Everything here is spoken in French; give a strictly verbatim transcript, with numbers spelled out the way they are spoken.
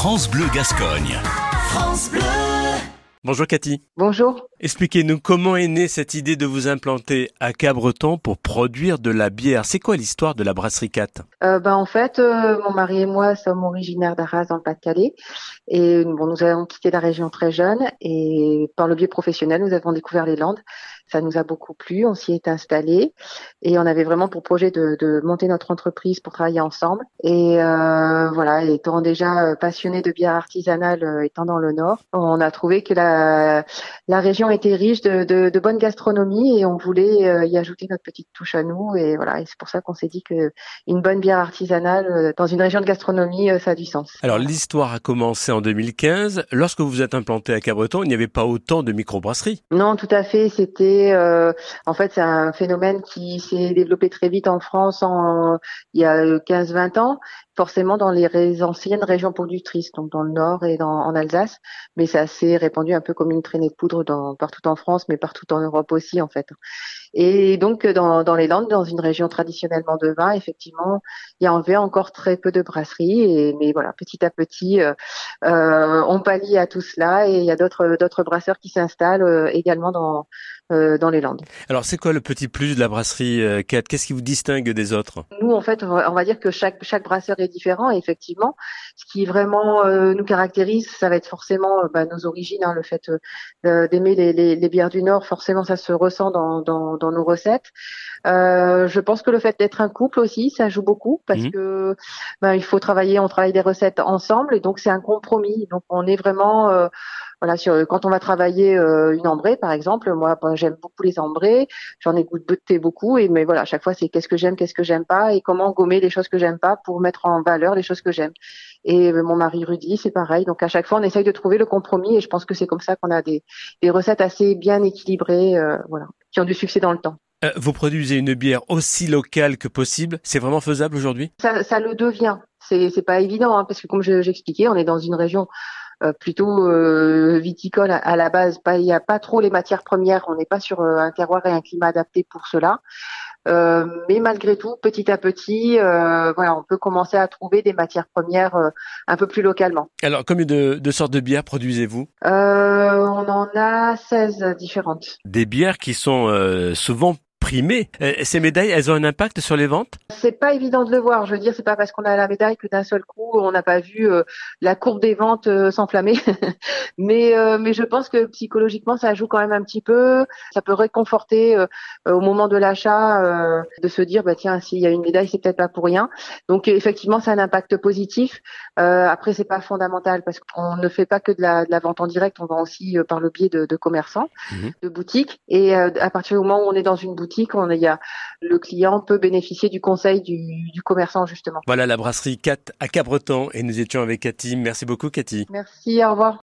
France Bleu Gascogne. France Bleu. Bonjour Cathy. Bonjour. Expliquez-nous comment est née cette idée de vous implanter à Cabreton pour produire de la bière. C'est quoi l'histoire de la brasserie quatre? Euh, ben, en fait, euh, mon mari et moi sommes originaires d'Arras dans le Pas-de-Calais. Et bon, nous avons quitté la région très jeune et par le biais professionnel, nous avons découvert les Landes. Ça nous a beaucoup plu, on s'y est installé et on avait vraiment pour projet de, de monter notre entreprise pour travailler ensemble. Et euh, voilà, étant déjà passionné de bière artisanale, euh, étant dans le Nord, on a trouvé que la, la région était riche de, de, de bonne gastronomie et on voulait euh, y ajouter notre petite touche à nous. Et voilà, et c'est pour ça qu'on s'est dit que une bonne bière artisanale euh, dans une région de gastronomie, euh, ça a du sens. Alors l'histoire a commencé en deux mille quinze. Lorsque vous vous êtes implanté à Cabreton, il n'y avait pas autant de microbrasseries. Non, tout à fait. C'était euh, en fait c'est un phénomène qui s'est développé très vite en France en il y a quinze vingt ans, forcément dans les ré- anciennes régions productrices, donc dans le Nord et dans, en Alsace, mais ça s'est répandu un peu comme une traînée de poudre dans, partout en France, mais partout en Europe aussi en fait. Et donc dans, dans les Landes, dans une région traditionnellement de vin, effectivement, il y avait encore très peu de brasseries, et, mais voilà, petit à petit, euh, euh, on pallie à tout cela, et il y a d'autres d'autres brasseurs qui s'installent euh, également dans euh, dans les Landes. Alors c'est quoi le petit plus de la brasserie euh, quatre? Qu'est-ce qui vous distingue des autres? Nous, en fait, on va, on va dire que chaque chaque brasseur est différent, et effectivement, ce qui vraiment euh, nous caractérise, ça va être forcément euh, bah, nos origines, hein, le fait euh, d'aimer les, les, les bières du Nord, forcément, ça se ressent dans dans, dans nos recettes. Euh, je pense que le fait d'être un couple aussi, ça joue beaucoup parce Mmh. que ben, il faut travailler, on travaille des recettes ensemble, et donc c'est un compromis. Donc on est vraiment euh, voilà, sur, quand on va travailler euh, une ambrée, par exemple, moi ben, j'aime beaucoup les ambrées, j'en ai goûté beaucoup, et mais voilà, à chaque fois c'est qu'est-ce que j'aime, qu'est-ce que j'aime pas, et comment gommer les choses que j'aime pas pour mettre en valeur les choses que j'aime. Et euh, mon mari Rudy, c'est pareil. Donc à chaque fois on essaye de trouver le compromis, et je pense que c'est comme ça qu'on a des, des recettes assez bien équilibrées, euh, voilà, qui ont du succès dans le temps. Euh, vous produisez une bière aussi locale que possible. C'est vraiment faisable aujourd'hui? Ça, ça le devient. C'est, c'est pas évident, hein, parce que comme je, j'expliquais, on est dans une région euh, plutôt euh, viticole à, à la base. Pas, il y a pas trop les matières premières. On n'est pas sur euh, un terroir et un climat adapté pour cela. Euh, mais malgré tout, petit à petit, euh, voilà, on peut commencer à trouver des matières premières euh, un peu plus localement. Alors combien de, de sortes de bières produisez-vous? Euh, on en a seize différentes. Des bières qui sont euh, souvent primées. Euh, ces médailles, elles ont un impact sur les ventes? C'est pas évident de le voir. Je veux dire, c'est pas parce qu'on a la médaille que d'un seul coup on n'a pas vu euh, la courbe des ventes euh, s'enflammer. mais euh, mais je pense que psychologiquement ça joue quand même un petit peu. Ça peut réconforter euh, au moment de l'achat, euh, de se dire bah tiens, s'il y a une médaille, c'est peut-être pas pour rien. Donc effectivement, ça a un impact positif. Euh, après, c'est pas fondamental parce qu'on ne fait pas que de la, de la vente en direct. On vend aussi euh, par le biais de, de commerçants, Mmh. de boutiques. Et euh, à partir du moment où on est dans une boutique, on il y a le client peut bénéficier du conseil du, du commerçant, justement. Voilà la brasserie quatre à Cabreton et nous étions avec Cathy. Merci beaucoup Cathy. Merci, au revoir.